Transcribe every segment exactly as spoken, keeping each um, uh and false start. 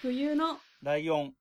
冬のライオン。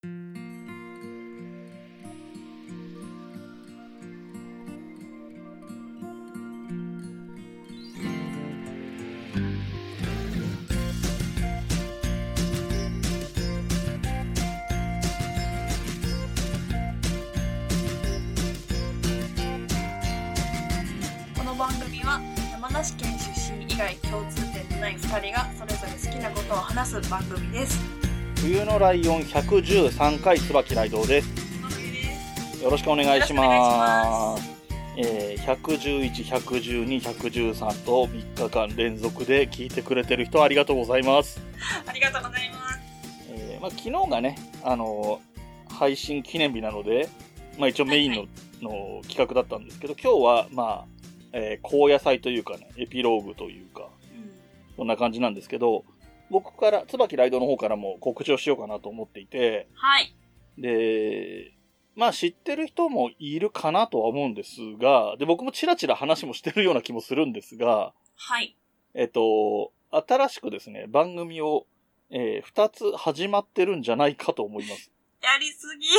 この番組は山梨県出身以外共通点のないふたりがそれぞれ好きなことを話す番組です。 冬のライオンひゃくじゅうさんかい椿ライドウです。よろしくお願いします。えー、ひゃくじゅういち、ひゃくじゅうに、ひゃくじゅうさんとみっかかん連続で聞いてくれてる人ありがとうございます。 ありがとうございます。 えー、まあ昨日がね、あのー、配信記念日なので、まあ一応メインの、はいはい、の企画だったんですけど、今日はまあ、えー、高野菜というかね、エピローグというか、うん、そんな感じなんですけど、僕から、椿ライドの方からも告知をしようかなと思っていて、 はい。 で、まあ知ってる人もいるかなとは思うんですが、で、僕もチラチラ話もしてるような気もするんですが、 はい。 えっと、新しくですね、番組を、えー、ふたつ始まってるんじゃないかと思います。 やりすぎ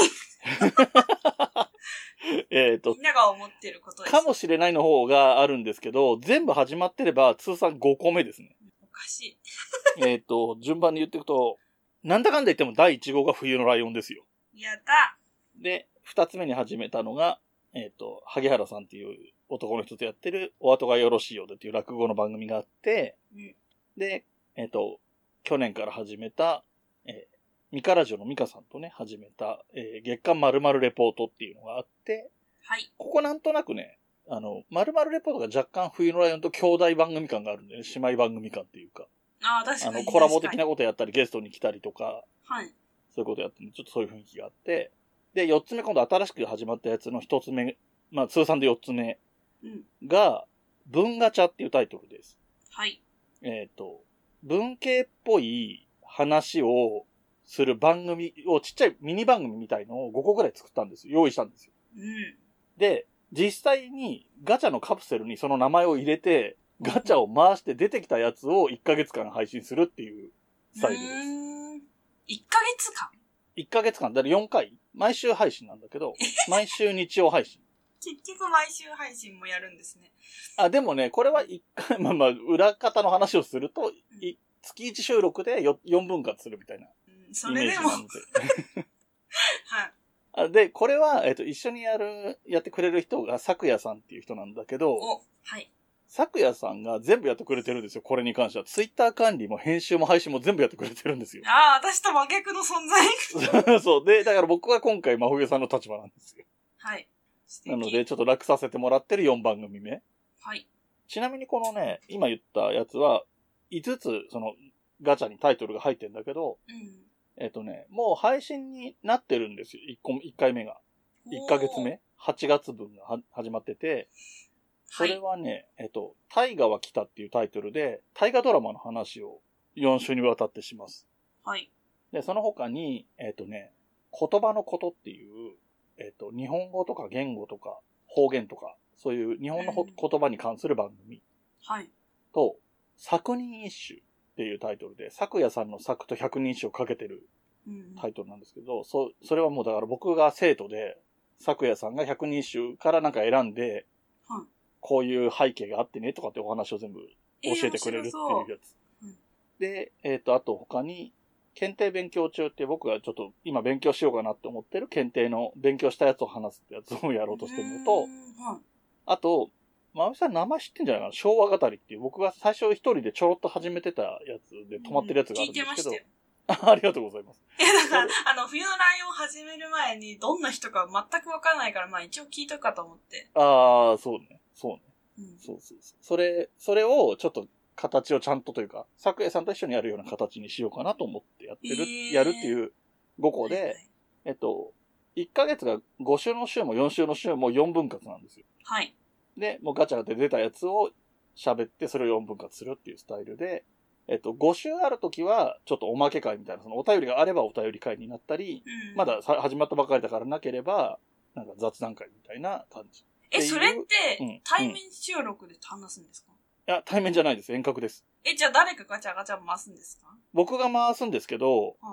えっと、 みんなが思ってることです。 かもしれないの方があるんですけど、全部始まってれば通算ごこめですね。 おかしい。 えっと、順番に言っていくと、なんだかんだ言ってもだいいち号が冬のライオンですよ。 やったで、二つ目に始めたのが、えっと、萩原さんっていう男の人とやってる、お後がよろしいようでっていう落語の番組があって、うん、で、えっと、去年から始めた、えー、ミカラジオのミカさんとね、始めた、えー、月刊〇〇レポートっていうのがあって、 はい。 ここなんとなくね、あの、〇〇レポートが若干冬のライオンと兄弟番組感があるんでね、姉妹番組感っていうか。 ああ、確かに。 あの、コラボ的なことやったり、ゲストに来たりとか、 はい。 そういうことやってるんで、ちょっとそういう雰囲気があって、で、四つ目、今度新しく始まったやつの一つ目、まあ、通算で四つ目が、文ガチャっていうタイトルです。 はい。 えっと、文系っぽい話をする番組を、ちっちゃいミニ番組みたいのをごこぐらい作ったんですよ。用意したんですよ。 うん。 で、実際にガチャのカプセルにその名前を入れて、ガチャを回して出てきたやつをいっかげつかん配信するっていうスタイルです。うーん。いっかげつかん ? いっかげつかん、だからよんかい毎週配信なんだけど、毎週日曜配信。 結局毎週配信もやるんですね。 あ、でもね、これはいっかい、まあまあ、裏方の話をすると、うん、月いち収録で よ, よんぶん割するみたいなイメージなんで。 うん、 はい。で、これは、えっと、一緒にやる、やってくれる人が、咲夜さんっていう人なんだけど、 お、はい。 咲夜さんが全部やってくれてるんですよ、これに関しては。ツイッター管理も編集も配信も全部やってくれてるんですよ。 ああ、私と真逆の存在。そう。で、だから僕は今回、真冬さんの立場なんですよ。 はい。 なので、ちょっと楽させてもらってるよんばんぐみめ。 はい。 ちなみにこのね、今言ったやつは、いつつ、その、ガチャにタイトルが入ってるんだけど、うん、えっとね、もう配信になってるんですよ。いっこ、いっかいめが。いっかげつめ。はちがつぶんが始まってて、それはね、はい、えっと、大河は来たっていうタイトルで、大河ドラマの話をよん週にわたってします。 はい。 で、その他に、えっとね、言葉のことっていう、えっと、日本語とか言語とか方言とか、そういう日本の、うん、言葉に関する番組。 はい。 と、百人一首っていうタイトルで、咲夜さんの作と百人一首をかけてるタイトルなんですけど、うん、そ、それはもうだから僕が生徒で、咲夜さんが百人一首からなんか選んで、はい、こういう背景があってねとかってお話を全部教えてくれるっていうやつ。えーうん、で、えっと、あと他に、検定勉強中って僕がちょっと今勉強しようかなって思ってる検定の勉強したやつを話すってやつをやろうとしてるのと、はい、あと、まみさん名前知ってんじゃないかな、昭和語りっていう僕が最初一人でちょろっと始めてたやつで止まってるやつがあるんですけど。聞いてましたよ。ありがとうございます。 いや、だから、あの、冬のライオン始める前にどんな人か全くわからないから、まあ一応聞いとくかと思って。 ああ、そうね。そうね。うん、そうそうそう。それ、それをちょっと形をちゃんとというか、咲夜さんと一緒にやるような形にしようかなと思ってやってる、えー、やるっていうごこで、はいはい、えっと、いっかげつがご週の週もよん週の週もよんぶん割なんですよ。 はい。 で、もうガチャで出たやつを喋ってそれをよんぶん割するっていうスタイルで、えっと、ご週あるときはちょっとおまけ会みたいな、そのお便りがあればお便り会になったり、うん、まだ始まったばかりだからなければ、なんか雑談会みたいな感じ。 え、それって、うん、対面収録で話すんですか？ いや、対面じゃないです。遠隔です。 え、じゃあ誰かガチャガチャ回すんですか？ 僕が回すんですけど、うん、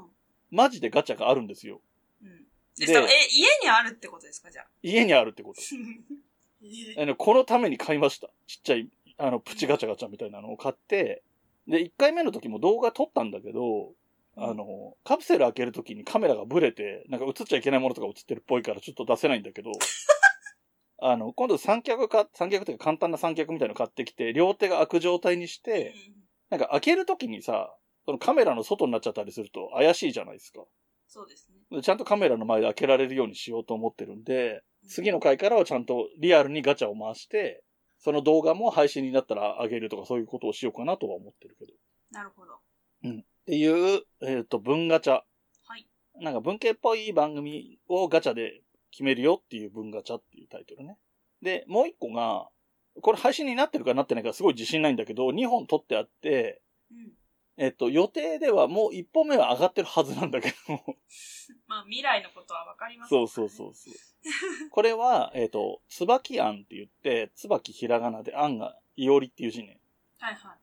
マジでガチャがあるんですよ。 うん。で、え、家にあるってことですか、じゃあ。 家にあるってこと。あの、このために買いました。ちっちゃい、あの、プチガチャガチャみたいなのを買って、で、いっかいめの時も動画撮ったんだけど、うん、あの、カプセル開ける時にカメラがブレて、なんか映っちゃいけないものとか映ってるっぽいからちょっと出せないんだけど、あの、今度三脚か、三脚というか簡単な三脚みたいなの買ってきて、両手が開く状態にして、なんか開ける時にさ、そのカメラの外になっちゃったりすると怪しいじゃないですか。 そうですね。 ちゃんとカメラの前で開けられるようにしようと思ってるんで、次の回からはちゃんとリアルにガチャを回して、その動画も配信になったら上げるとかそういうことをしようかなとは思ってるけど。 なるほど。 うん。っていう、えっと、文ガチャ。 はい。 なんか文系っぽい番組をガチャで決めるよっていう文ガチャっていうタイトルね。で、もう一個が、これ配信になってるかなってないかすごい自信ないんだけど、にほん撮ってあって、うん、えっと、予定ではもういっぽんめは上がってるはずなんだけど。 まあ、未来のことはわかりますね。そうそうそうそう。これは、えっと、椿あんって言って、椿ひらがなであんがいおりっていう字ね。はいはい。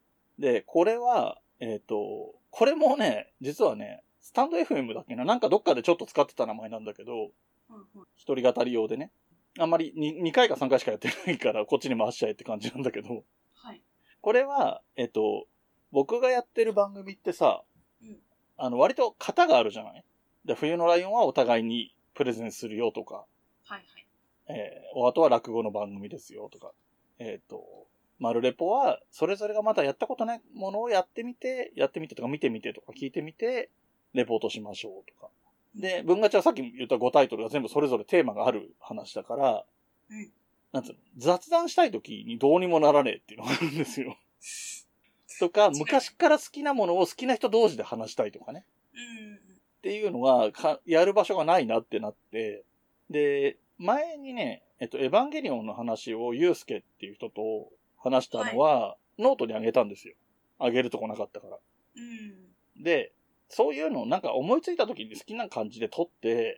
で、これは、えっと、これもね、実はね、スタンド エフエム だっけな、なんかどっかでちょっと使ってた名前なんだけど、うんうん、一人語り用でね。あんまり 2, にかいかさんかいしかやってないから、こっちに回しちゃえって感じなんだけど。はい。これは、えっと、僕がやってる番組ってさ、うん、あの、割と型があるじゃない？で、冬のライオンはお互いにプレゼンするよとか、はいはい。えー、お後は落語の番組ですよとか、えっと、マルレポは、それぞれがまだやったことないものをやってみて、やってみてとか見てみてとか聞いてみて、レポートしましょうとか。で、文ガチャはさっき言ったごタイトルが全部それぞれテーマがある話だから、うん、なんつうの、雑談したい時にどうにもならねえっていうのがあるんですよ。とか、昔から好きなものを好きな人同士で話したいとかね。うん、っていうのがか、やる場所がないなってなって、で、前にね、えっと、エヴァンゲリオンの話をユースケっていう人と話したのは、はい、ノートにあげたんですよ。あげるとこなかったから。うん、で、そういうのをなんか思いついた時に好きな感じで撮って、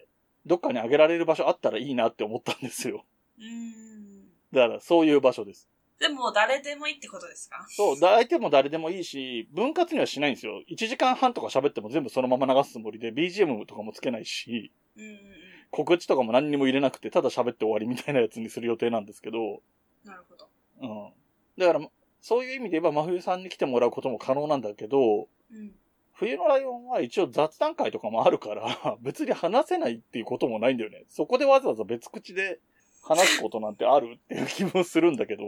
どっかにあげられる場所あったらいいなって思ったんですよ。うん。だからそういう場所です。 でも誰でもいいってことですか？ そう、相手も誰でもいいし、分割にはしないんですよ。いちじかんはんとか喋っても全部そのまま流すつもりで、ビージーエム とかもつけないし、うんうんうん、告知とかも何にも入れなくて、ただ喋って終わりみたいなやつにする予定なんですけど。 なるほど。 うん。だから、そういう意味で言えば真冬さんに来てもらうことも可能なんだけど、うん、冬のライオンは一応雑談会とかもあるから、別に話せないっていうこともないんだよね。そこでわざわざ別口で話すことなんてあるっていう気もするんだけど。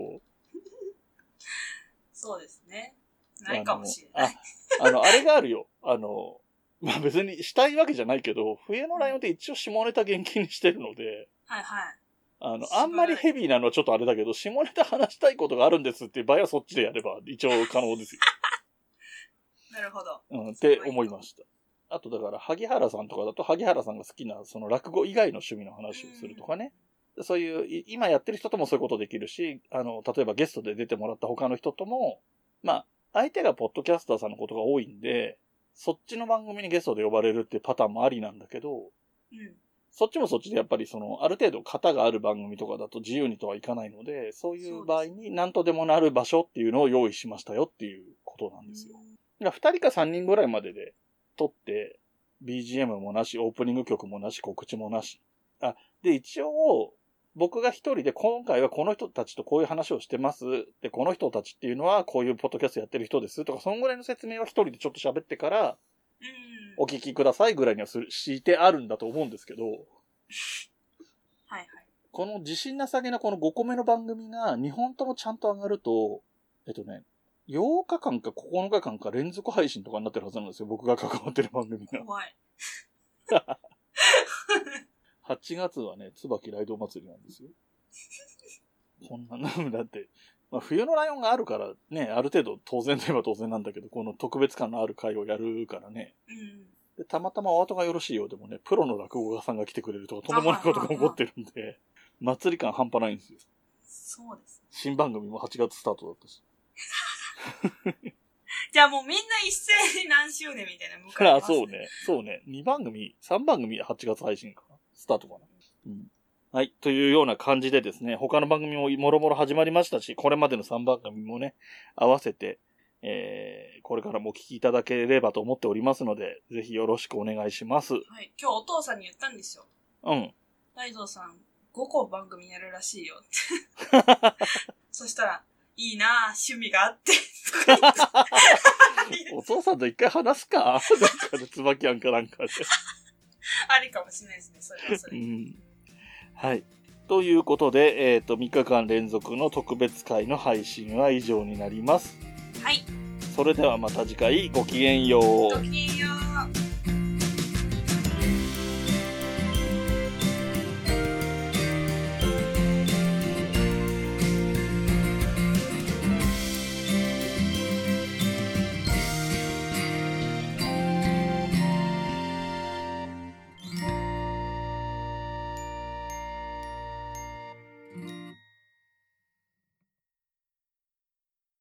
そうですね。ないかもしれない。 あ、あの、あれがあるよ。あの、まあ、別にしたいわけじゃないけど、冬のライオンって一応下ネタ厳禁にしてるので、はいはい。あの、あんまりヘビーなのはちょっとあれだけど、下ネタ話したいことがあるんですっていう場合はそっちでやれば一応可能ですよ。 なるほど。 うん、って思いました。あとだから、萩原さんとかだと、萩原さんが好きな、その落語以外の趣味の話をするとかね。そういう、今やってる人ともそういうことできるし、あの、例えばゲストで出てもらった他の人とも、まあ、相手がポッドキャスターさんのことが多いんで、そっちの番組にゲストで呼ばれるっていうパターンもありなんだけど、うん、そっちもそっちでやっぱりその、ある程度型がある番組とかだと自由にとはいかないので、そういう場合に何とでもなる場所っていうのを用意しましたよっていうことなんですよ。ふたりかさんにんぐらいまでで撮って、ビージーエム もなし、オープニング曲もなし、告知もなし。あ、で、一応、僕が一人で今回はこの人たちとこういう話をしてます。で、この人たちっていうのはこういうポッドキャストやってる人ですとか、そのぐらいの説明は一人でちょっと喋ってから、お聞きくださいぐらいにはする、してあるんだと思うんですけど、はいはい。この自信なさげなこのごこめの番組がにほんともちゃんと上がると、えっとね、ようかかんかここのかかんか連続配信とかになってるはずなんですよ。僕が関わってる番組が。怖い。はちがつはね、椿ライド祭りなんですよ。こんなの、だって、まあ、冬のライオンがあるからね、ある程度当然といえば当然なんだけど、この特別感のある回をやるからね。うん、でたまたまお後がよろしいようでもね、プロの落語家さんが来てくれるとか、とんでもないことが起こってるんで、祭り感半端ないんですよ。 そうですね。 新番組もはちがつスタートだったし。 じゃあもうみんな一斉に何周年みたいな向かいますね。 そうね。そうね。にばん組、さんばん組はちがつ配信かな。スタートかな。うん。はい。というような感じでですね、他の番組ももろもろ始まりましたし、これまでのさんばん組もね、合わせて、 えー、これからもお聞きいただければと思っておりますので、ぜひよろしくお願いします。 はい。今日お父さんに言ったんですよ。 うん。 大蔵さん、ごこ番組やるらしいよって。そしたら、いいなぁ、趣味があって。 お父さんと一回話すかなんかで、椿やんかなんかで。 ありかもしれないですね、それはそれ。 うん。はい。ということで、えっと、みっかかん連続の特別会の配信は以上になります。 はい。 それではまた次回ごきげんよう。 ごきげんよう。